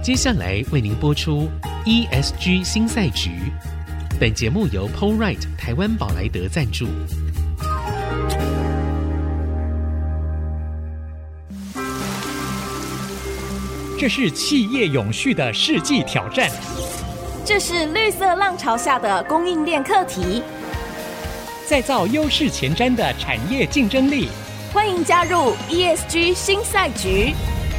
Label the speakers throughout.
Speaker 1: 接下来为您播出 ESG 新赛局。本节目由 POLRIGHT 台湾宝莱德赞助。
Speaker 2: 这是企业永续的世纪挑战，
Speaker 3: 这是绿色浪潮下的供应链课题，
Speaker 2: 再造优势前瞻的产业竞争力。
Speaker 3: 欢迎加入 ESG 新赛局。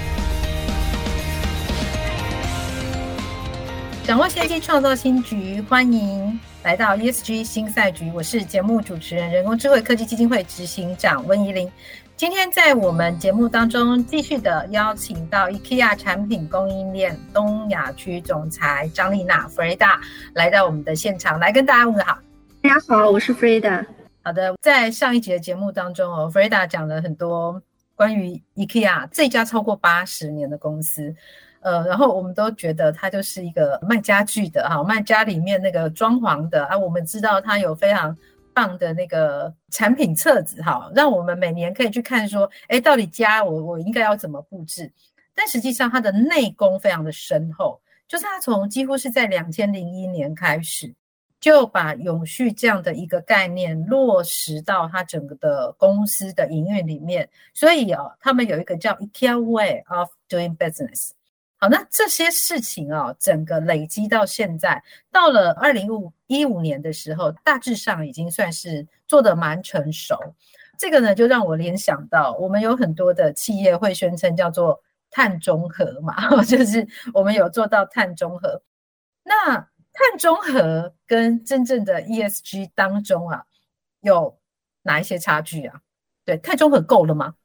Speaker 4: 掌握先机，创造新局，欢迎来到 ESG 新赛局。我是节目主持人，人工智慧科技基金会执行长温怡玲。今天在我们节目当中继续的邀请到 IKEA 产品供应链东亚区总裁张丽娜 Freda 来到我们的现场，来跟大家问个好。
Speaker 5: 大家好，我是 Freda。
Speaker 4: 好的，在上一集的节目当中Freda 讲了很多关于 IKEA 这家超过80年的公司，然后我们都觉得它就是一个卖家具的卖家里面那个装潢的我们知道它有非常棒的那个产品册子让我们每年可以去看说到底家我应该要怎么布置，但实际上它的内功非常的深厚，就是它从几乎是在2001年开始就把永续这样的一个概念落实到它整个的公司的营运里面，所以他们有一个叫 IKEA Way of Doing Business。好，那这些事情整个累积到现在，到了2015年的时候，大致上已经算是做得蛮成熟。这个呢，就让我联想到，我们有很多的企业会宣称叫做碳中和嘛，就是我们有做到碳中和。那碳中和跟真正的 ESG 当中有哪一些差距啊？对，碳中和够了吗？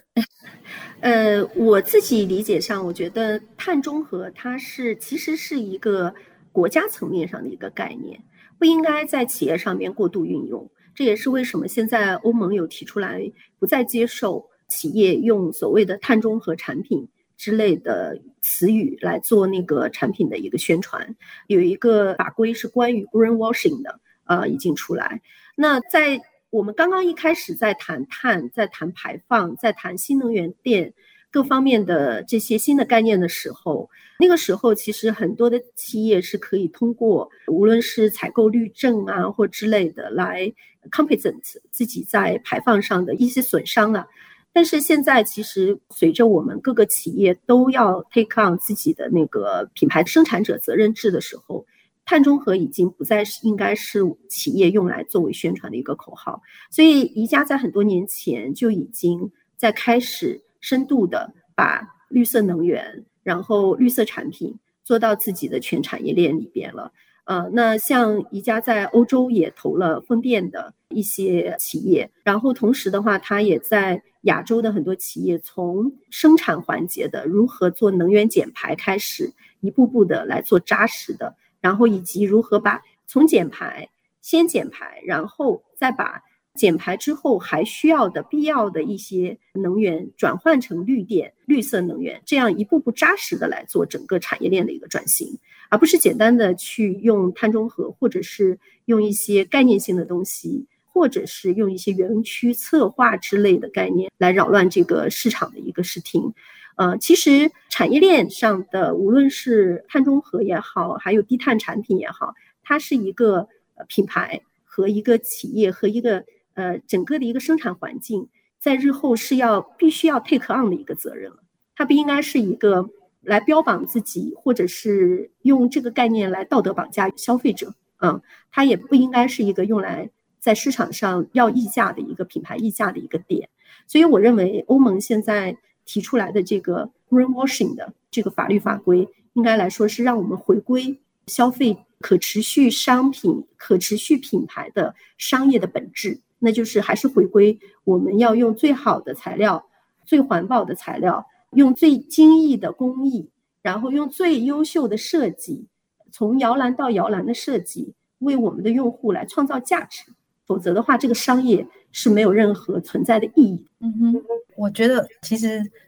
Speaker 5: 我自己理解上，我觉得碳中和它其实是一个国家层面上的一个概念，不应该在企业上面过度运用。这也是为什么现在欧盟有提出来不再接受企业用所谓的碳中和产品之类的词语来做那个产品的一个宣传。有一个法规是关于 greenwashing 的已经出来。那在我们刚刚一开始在谈碳，在谈排放，在谈新能源电各方面的这些新的概念的时候，那个时候其实很多的企业是可以通过无论是采购绿证或之类的来 compensate 自己在排放上的一些损伤但是现在其实随着我们各个企业都要 take on 自己的那个品牌生产者责任制的时候，碳中和已经不再是应该是企业用来作为宣传的一个口号。所以宜家在很多年前就已经在开始深度的把绿色能源然后绿色产品做到自己的全产业链里边了。那像宜家在欧洲也投了风电的一些企业，然后同时的话它也在亚洲的很多企业从生产环节的如何做能源减排开始，一步步的来做扎实的，然后以及如何把从先减排，然后再把减排之后还需要的必要的一些能源转换成绿电、绿色能源，这样一步步扎实的来做整个产业链的一个转型，而不是简单的去用碳中和，或者是用一些概念性的东西，或者是用一些园区策划之类的概念来扰乱这个市场的一个视听。其实产业链上的无论是碳中和也好，还有低碳产品也好，它是一个品牌和一个企业和一个整个的一个生产环境在日后是必须要 take on 的一个责任了。它不应该是一个来标榜自己，或者是用这个概念来道德绑架消费者。它也不应该是一个用来在市场上要溢价的一个品牌溢价的一个点。所以我认为欧盟现在提出来的这个 greenwashing 的这个法律法规，应该来说是让我们回归消费可持续商品、可持续品牌的商业的本质，那就是还是回归我们要用最好的材料、最环保的材料，用最精益的工艺，然后用最优秀的设计，从摇篮到摇篮的设计，为我们的用户来创造价值。否则的话，这个商业是没有任何存在的意义。
Speaker 4: 我觉得其实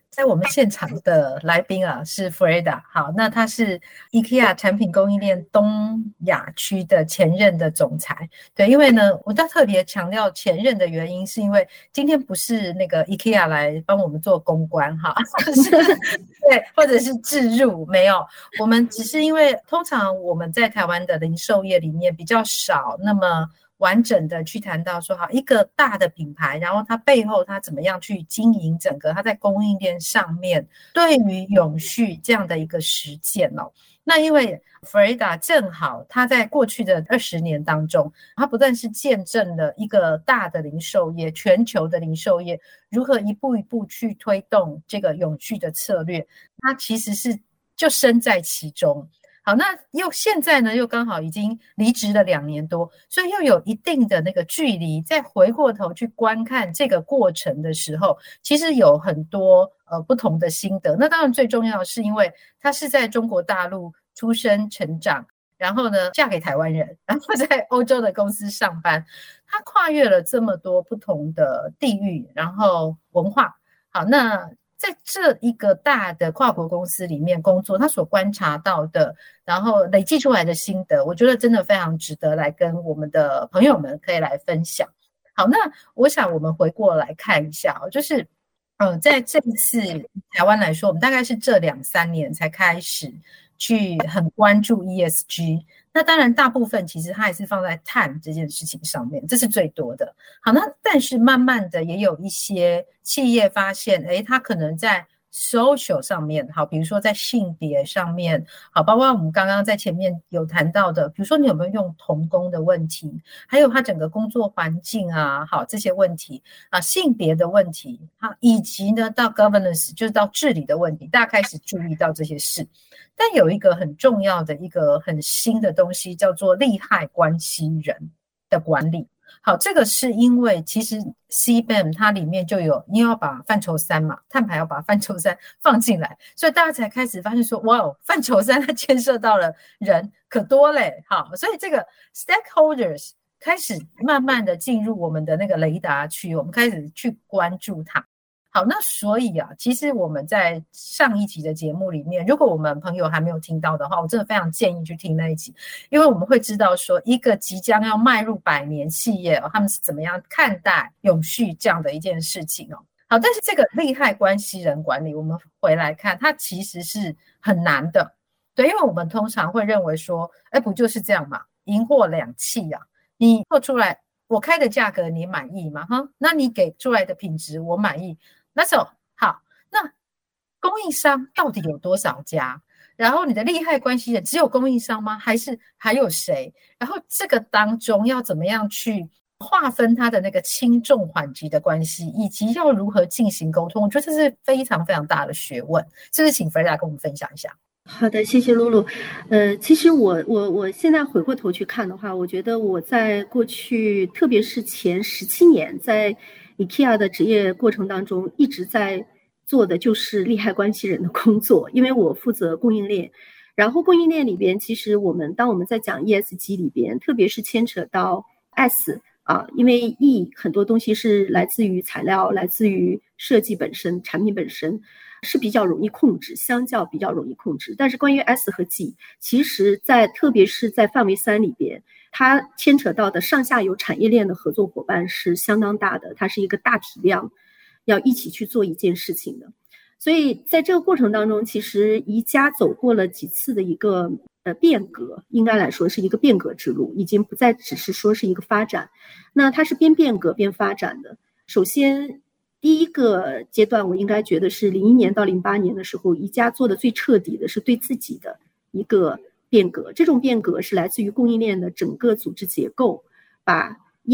Speaker 4: 在我们现场的来宾啊是 Freda， 好，那他是 IKEA 产品供应链东亚区的前任的总裁。对，因为呢，我要特别强调前任的原因，是因为今天不是那个 IKEA 来帮我们做公关哈，对，或者是置入，没有，我们只是因为通常我们在台湾的零售业里面比较少那么完整的去谈到说，好，一个大的品牌，然后它背后它怎么样去经营整个它在供应链上面对于永续这样的一个实践哦。那因为 Freda 正好他在过去的20年当中，他不但是见证了一个大的零售业，全球的零售业如何一步一步去推动这个永续的策略，他其实是就身在其中。好，那现在呢又刚好已经离职了2年多，所以又有一定的那个距离，再回过头去观看这个过程的时候，其实有很多不同的心得。那当然最重要的是因为他是在中国大陆出生成长，然后呢嫁给台湾人，然后在欧洲的公司上班，他跨越了这么多不同的地域然后文化。好，那在这一个大的跨国公司里面工作，他所观察到的然后累积出来的心得，我觉得真的非常值得来跟我们的朋友们可以来分享。好，那我想我们回过来看一下就是在这一次台湾来说，我们大概是这2-3年才开始去很关注 ESG， 那当然大部分其实它还是放在碳这件事情上面，这是最多的。好，那但是慢慢的也有一些企业发现它可能在 social 上面，好，比如说在性别上面，好，包括我们刚刚在前面有谈到的，比如说你有没有用童工的问题，还有他整个工作环境啊，好，这些问题啊，性别的问题，好，以及呢到 governance 就是到治理的问题，大家开始注意到这些事。但有一个很重要的一个很新的东西叫做利害关系人的管理。好，这个是因为其实 CBAM 它里面就有你要把范畴3嘛，碳排要把范畴3放进来，所以大家才开始发现说，哇，范畴3它牵涉到了人可多嘞。好，所以这个 stakeholders 开始慢慢的进入我们的那个雷达区，我们开始去关注它。好，那所以啊，其实我们在上一集的节目里面，如果我们朋友还没有听到的话，我真的非常建议去听那一集，因为我们会知道说一个即将要迈入100年企业他们是怎么样看待永续这样的一件事情哦。好，但是这个利害关系人管理，我们回来看，它其实是很难的。对，因为我们通常会认为说，不就是这样嘛，银货两讫啊，你做出来我开的价格你满意吗？那你给出来的品质我满意。那好，那供应商到底有多少家？然后你的利害关系人只有供应商吗？还是还有谁？然后这个当中要怎么样去划分它的那个轻重缓急的关系，以及要如何进行沟通，我觉得这是非常非常大的学问。是不是请 Freda 跟我们分享一下？
Speaker 5: 好的，谢谢露露。其实我现在回过头去看的话，我觉得我在过去，特别是前17年，在 IKEA 的职业过程当中，一直在做的就是利害关系人的工作，因为我负责供应链。然后供应链里边，其实当我们在讲 ESG 里边，特别是牵扯到 S 因为 E 很多东西是来自于材料，来自于设计本身，产品本身是比较容易控制，相较比较容易控制。但是关于 S 和 G， 其实特别是在范围3里边，它牵扯到的上下游产业链的合作伙伴是相当大的，它是一个大体量要一起去做一件事情的。所以在这个过程当中，其实宜家走过了几次的一个变革，应该来说是一个变革之路，已经不再只是说是一个发展。那它是边变革边发展的。首先第一个阶段，我应该觉得是01年到08年的时候，宜家做的最彻底的是对自己的一个变革。这种变革是来自于供应链的整个组织结构，把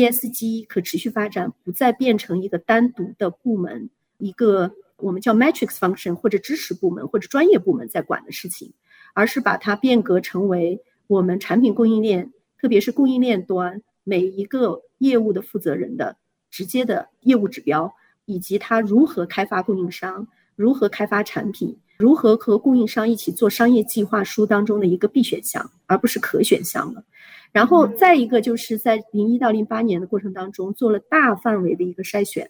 Speaker 5: ESG 可持续发展不再变成一个单独的部门，一个我们叫 matrix function 或者知识部门或者专业部门在管的事情，而是把它变革成为我们产品供应链，特别是供应链端每一个业务的负责人的直接的业务指标，以及他如何开发供应商，如何开发产品，如何和供应商一起做商业计划书当中的一个必选项，而不是可选项了。然后再一个就是在01到08年的过程当中做了大范围的一个筛选，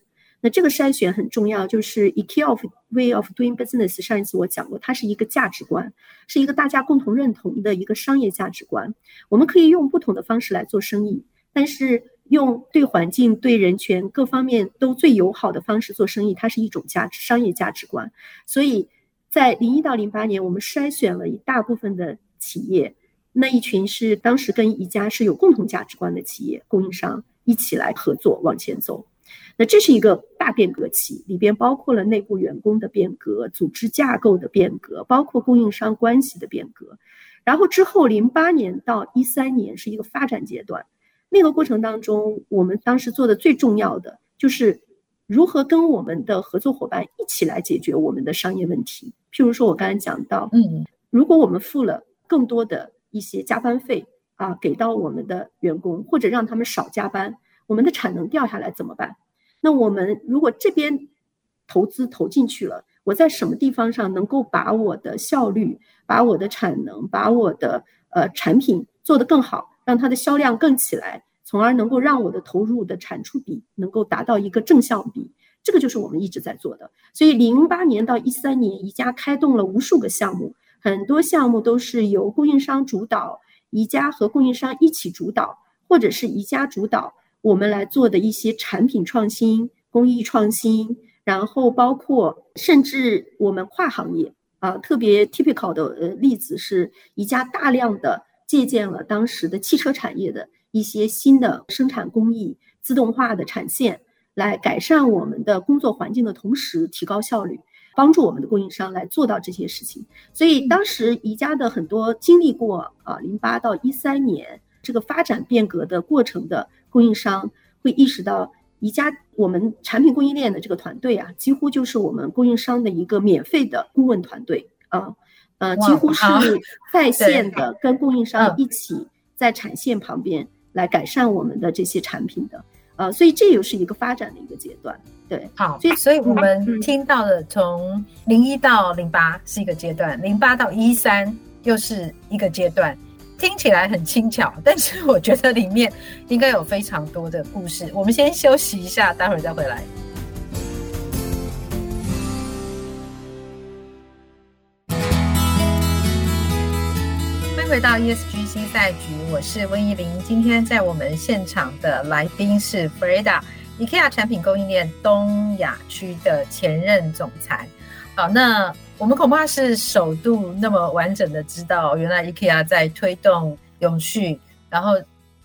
Speaker 5: 那这个筛选很重要，就是 IKEA way of doing business， 上一次我讲过，它是一个价值观，是一个大家共同认同的一个商业价值观。我们可以用不同的方式来做生意，但是用对环境、对人权各方面都最友好的方式做生意，它是一种商业价值观。所以在01到08年，我们筛选了一大部分的企业，那一群是当时跟宜家是有共同价值观的企业供应商一起来合作往前走。那这是一个大变革期，里边包括了内部员工的变革、组织架构的变革，包括供应商关系的变革。然后之后08年到13年是一个发展阶段，那个过程当中，我们当时做的最重要的就是如何跟我们的合作伙伴一起来解决我们的商业问题。譬如说我刚才讲到，如果我们付了更多的一些加班费给到我们的员工，或者让他们少加班，我们的产能掉下来怎么办？那我们如果这边投资投进去了，我在什么地方上能够把我的效率、把我的产能、把我的产品做得更好，让它的销量更起来，从而能够让我的投入的产出比能够达到一个正向比，这个就是我们一直在做的。所以08年到13年，宜家开动了无数个项目，很多项目都是由供应商主导，宜家和供应商一起主导，或者是宜家主导，我们来做的一些产品创新、工艺创新，然后包括甚至我们跨行业特别 typical 的例子是宜家大量的借鉴了当时的汽车产业的一些新的生产工艺、自动化的产线，来改善我们的工作环境的同时提高效率，帮助我们的供应商来做到这些事情。所以当时宜家的很多经历过08到13年这个发展变革的过程的供应商会意识到，宜家我们产品供应链的这个团队几乎就是我们供应商的一个免费的顾问团队几乎是在线的跟供应商一起在产线旁边来改善我们的这些产品的所以这又是一个发展的一个阶段。对，
Speaker 4: 好，所以我们听到的从01到08是一个阶段，08到13又是一个阶段，听起来很轻巧，但是我觉得里面应该有非常多的故事。我们先休息一下，待会儿再回来。欢迎回到 ESG 新赛局，我是温怡玲。今天在我们现场的来宾是 Freda IKEA 产品供应链东亚区的前任总裁。好，那我们恐怕是首度那么完整的知道，原来 IKEA 在推动永续，然后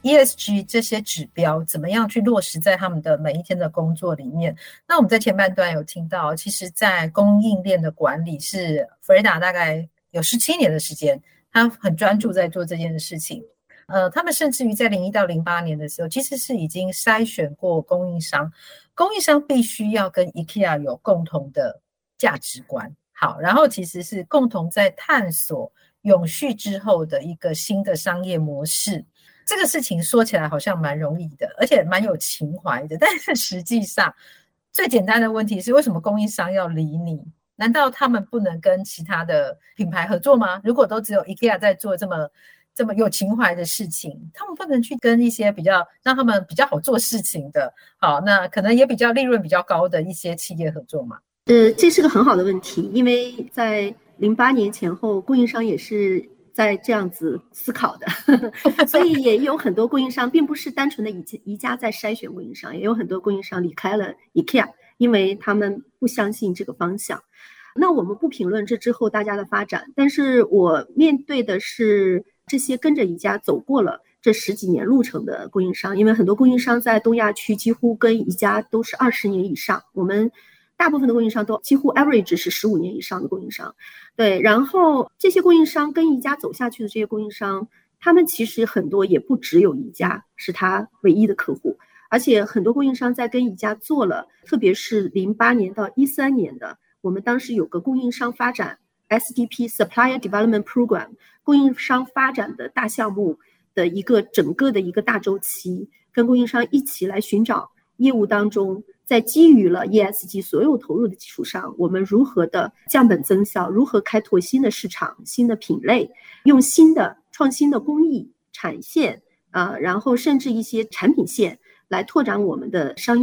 Speaker 4: ESG 这些指标怎么样去落实在他们的每一天的工作里面。那我们在前半段有听到，其实在供应链的管理是 Freda 大概有17年的时间，他很专注在做这件事情。他们甚至于在01到08年的时候，其实是已经筛选过供应商，供应商必须要跟 IKEA 有共同的价值观。好，然后其实是共同在探索永续之后的一个新的商业模式。这个事情说起来好像蛮容易的，而且蛮有情怀的，但是实际上最简单的问题是，为什么供应商要理你？难道他们不能跟其他的品牌合作吗？如果都只有 IKEA 在做这么有情怀的事情，他们不能去跟一些比较让他们比较好做事情的，好，那可能也比较利润比较高的一些企业合作吗？
Speaker 5: 这是个很好的问题，因为在08年前后，供应商也是在这样子思考的所以也有很多供应商并不是单纯的宜家在筛选供应商，也有很多供应商离开了 IKEA， 因为他们不相信这个方向。那我们不评论这之后大家的发展，但是我面对的是这些跟着宜家走过了这10几年路程的供应商，因为很多供应商在东亚区几乎跟宜家都是20年以上，我们大部分的供应商都几乎 average 是15年以上的供应商。对，然后这些供应商跟宜家走下去的这些供应商，他们其实很多也不只有宜家是他唯一的客户，而且很多供应商在跟宜家做了，特别是08年到13年的，我们当时有个供应商发展 SDP Supplier Development Program 供应商发展的大项目的一个整个的一个大周期，跟供应商一起来寻找业务当中，在基于了 ESG 所有投入的基础上，我们如何的降本增效，如何开拓新的市场、新的品类，用新的创新的工艺、产线然后甚至一些产品线来拓展我们的商业。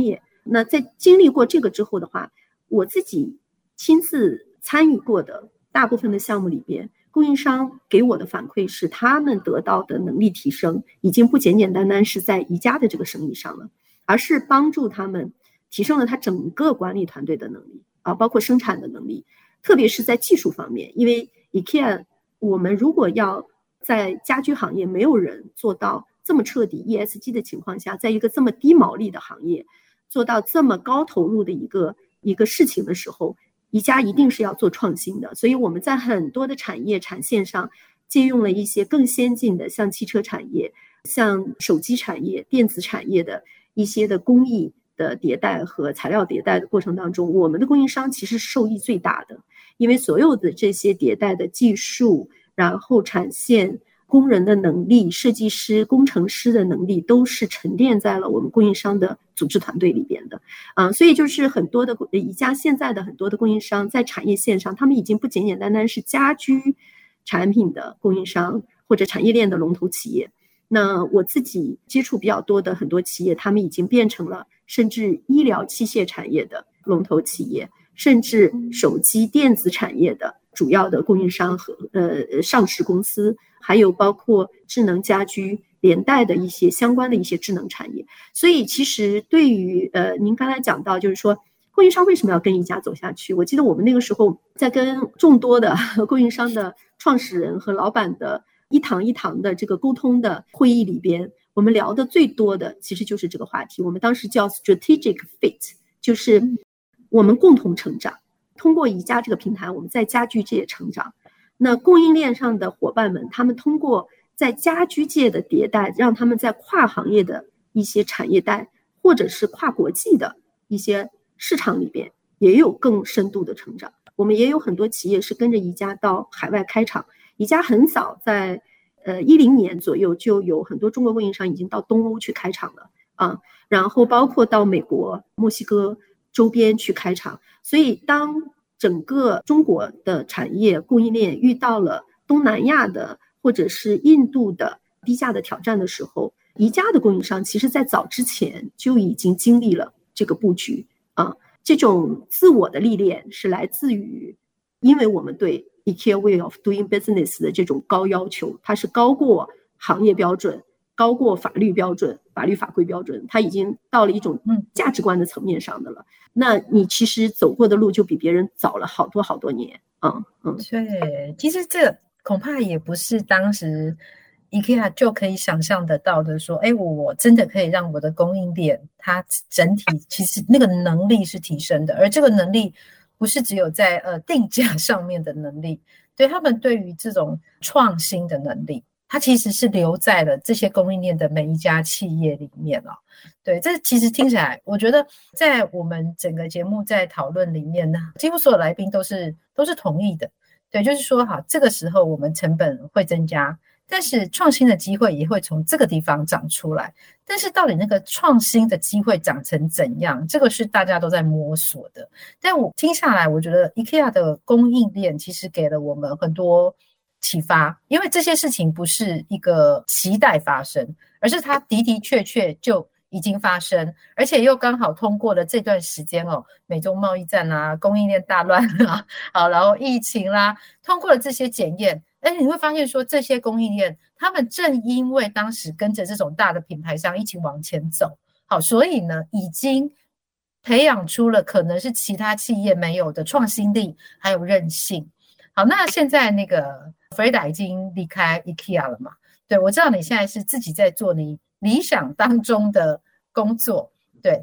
Speaker 5: 那在经历过这个之后的话，我自己亲自参与过的大部分的项目里边，供应商给我的反馈是，他们得到的能力提升已经不简简单单是在宜家的这个生意上了，而是帮助他们提升了他整个管理团队的能力啊，包括生产的能力，特别是在技术方面。因为 IKEA 我们如果要在家居行业没有人做到这么彻底 ESG 的情况下，在一个这么低毛利的行业做到这么高投入的一个事情的时候，宜家一定是要做创新的。所以我们在很多的产业产线上借用了一些更先进的，像汽车产业、像手机产业、电子产业的一些的工艺的迭代和材料迭代的过程当中，我们的供应商其实是受益最大的。因为所有的这些迭代的技术，然后产线工人的能力、设计师、工程师的能力都是沉淀在了我们供应商的组织团队里边的。所以就是很多的宜家现在的很多的供应商在产业线上，他们已经不简简单单是家居产品的供应商或者产业链的龙头企业。那我自己接触比较多的很多企业，他们已经变成了甚至医疗器械产业的龙头企业，甚至手机电子产业的主要的供应商和上市公司，还有包括智能家居连带的一些相关的一些智能产业。所以其实对于您刚才讲到，就是说供应商为什么要跟宜家走下去，我记得我们那个时候在跟众多的供应商的创始人和老板的一堂一堂的这个沟通的会议里边，我们聊的最多的其实就是这个话题。我们当时叫 strategic fit， 就是我们共同成长，通过宜家这个平台，我们在家居界成长。那供应链上的伙伴们，他们通过在家居界的迭代，让他们在跨行业的一些产业带，或者是跨国际的一些市场里边，也有更深度的成长。我们也有很多企业是跟着宜家到海外开厂。宜家很早在10年左右就有很多中国供应商已经到东欧去开厂了啊，然后包括到美国、墨西哥周边去开厂。所以当整个中国的产业供应链遇到了东南亚的或者是印度的低价的挑战的时候，宜家的供应商其实在早之前就已经经历了这个布局啊。这种自我的历练是来自于，因为我们对 IKEA way of doing business 的这种高要求，它是高过行业标准，高过法律标准、法律法规标准，它已经到了一种价值观的层面上的了。那你其实走过的路就比别人早了好多好多年。
Speaker 4: 对，其实这恐怕也不是当时 IKEA 就可以想象得到的，说我真的可以让我的供应链它整体其实那个能力是提升的，而这个能力不是只有在定价上面的能力，对他们对于这种创新的能力，它其实是留在了这些供应链的每一家企业里面哦。对，这其实听起来，我觉得在我们整个节目在讨论里面呢，几乎所有来宾都是同意的。对，就是说好，这个时候我们成本会增加，但是创新的机会也会从这个地方长出来。但是到底那个创新的机会长成怎样，这个是大家都在摸索的。但我听下来，我觉得 IKEA 的供应链其实给了我们很多启发，因为这些事情不是一个期待发生，而是它的的确确就已经发生，而且又刚好通过了这段时间美中贸易战啦、供应链大乱啦，好，然后疫情啦，通过了这些检验，你会发现说这些供应链他们正因为当时跟着这种大的品牌商一起往前走，好，所以呢已经培养出了可能是其他企业没有的创新力还有韧性。好，那现在那个 Freda 已经离开 IKEA 了嘛？对，我知道你现在是自己在做你理想当中的工作。对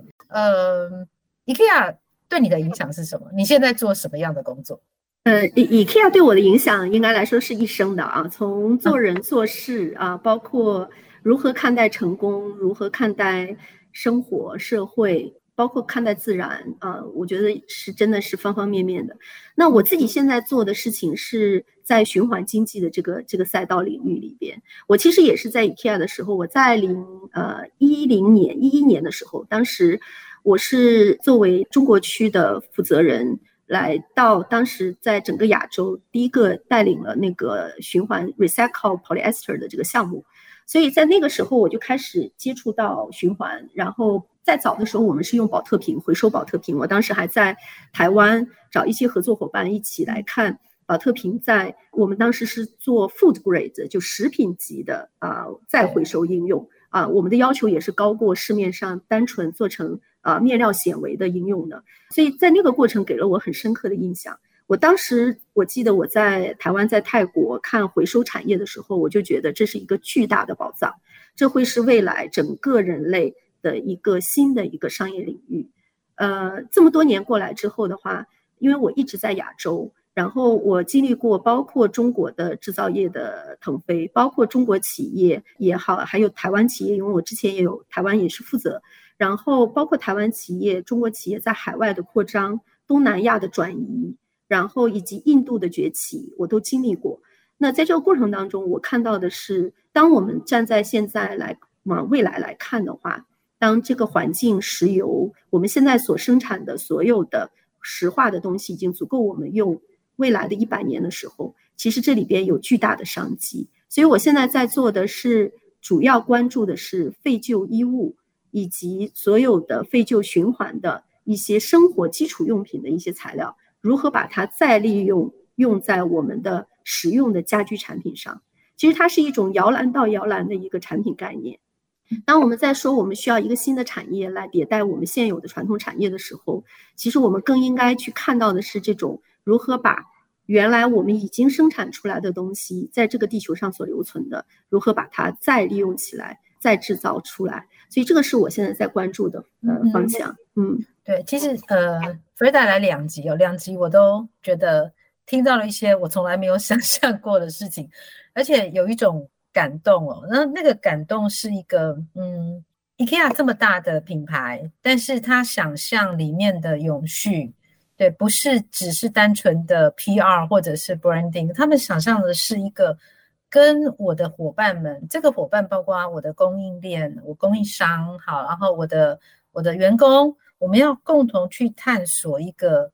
Speaker 4: ，IKEA 对你的影响是什么？你现在做什么样的工作
Speaker 5: ？IKEA 对我的影响应该来说是一生的啊，从做人做事啊，包括如何看待成功，如何看待生活、社会，包括看待自然啊，我觉得是真的是方方面面的。那我自己现在做的事情是在循环经济的这个赛道领域里边。我其实也是在 IKEA 的时候，我在2011年的时候，当时我是作为中国区的负责人来到当时在整个亚洲第一个带领了那个循环 recycle polyester 的这个项目。所以在那个时候我就开始接触到循环，然后在早的时候我们是用保特瓶，回收保特瓶，我当时还在台湾找一些合作伙伴一起来看保特瓶在我们当时是做 food grade 就食品级的再回收应用我们的要求也是高过市面上单纯做成面料纤维的应用的，所以在那个过程给了我很深刻的印象。我记得我在台湾在泰国看回收产业的时候，我就觉得这是一个巨大的宝藏，这会是未来整个人类的一个新的一个商业领域。这么多年过来之后的话，因为我一直在亚洲，然后我经历过包括中国的制造业的腾飞，包括中国企业也好，还有台湾企业，因为我之前也有台湾也是负责，然后包括台湾企业、中国企业在海外的扩张、东南亚的转移，然后以及印度的崛起，我都经历过。那在这个过程当中，我看到的是，当我们站在现在来往未来来看的话，当这个环境、石油，我们现在所生产的所有的石化的东西已经足够我们用未来的100年的时候，其实这里边有巨大的商机。所以我现在在做的是，主要关注的是废旧衣物以及所有的废旧循环的一些生活基础用品的一些材料，如何把它再利用，用在我们的实用的家居产品上。其实它是一种摇篮到摇篮的一个产品概念。当我们在说我们需要一个新的产业来迭代我们现有的传统产业的时候，其实我们更应该去看到的是这种如何把原来我们已经生产出来的东西，在这个地球上所留存的，如何把它再利用起来，再制造出来。所以这个是我现在在关注的方向。
Speaker 4: 对，其实Freda 来2集2集我都觉得听到了一些我从来没有想象过的事情，而且有一种感动那个感动是一个IKEA 这么大的品牌，但是他想象里面的永续，对，不是只是单纯的 PR 或者是 branding， 他们想象的是一个跟我的伙伴们，这个伙伴包括我的供应链、我供应商，好，然后我的员工，我们要共同去探索一个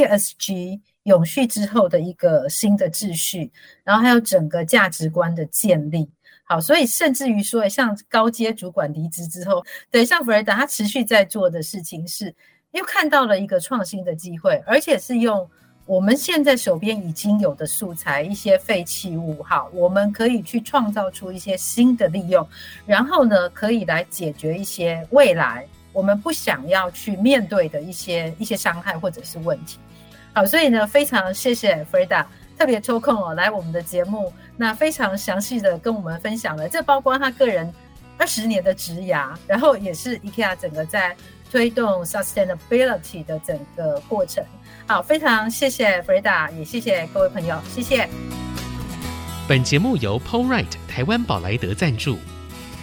Speaker 4: ESG 永续之后的一个新的秩序，然后还有整个价值观的建立。好，所以甚至于说像高阶主管离职之后，对，像 Freda 他持续在做的事情是又看到了一个创新的机会，而且是用我们现在手边已经有的素材，一些废弃物，好，我们可以去创造出一些新的利用，然后呢可以来解决一些未来我们不想要去面对的一些伤害或者是问题。好，所以呢非常谢谢 Freda 特别抽空来我们的节目，那非常详细的跟我们分享了，这包括他个人20年的职涯，然后也是 IKEA 整个在推动 sustainability 的整个过程。好，非常谢谢 Freda， 也谢谢各位朋友，谢谢。
Speaker 1: 本节目由 POLRIGHT 台湾宝莱德赞助，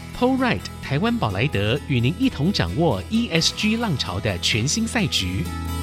Speaker 1: POLRIGHT 台湾宝莱德与您一同掌握 ESG 浪潮的全新赛局。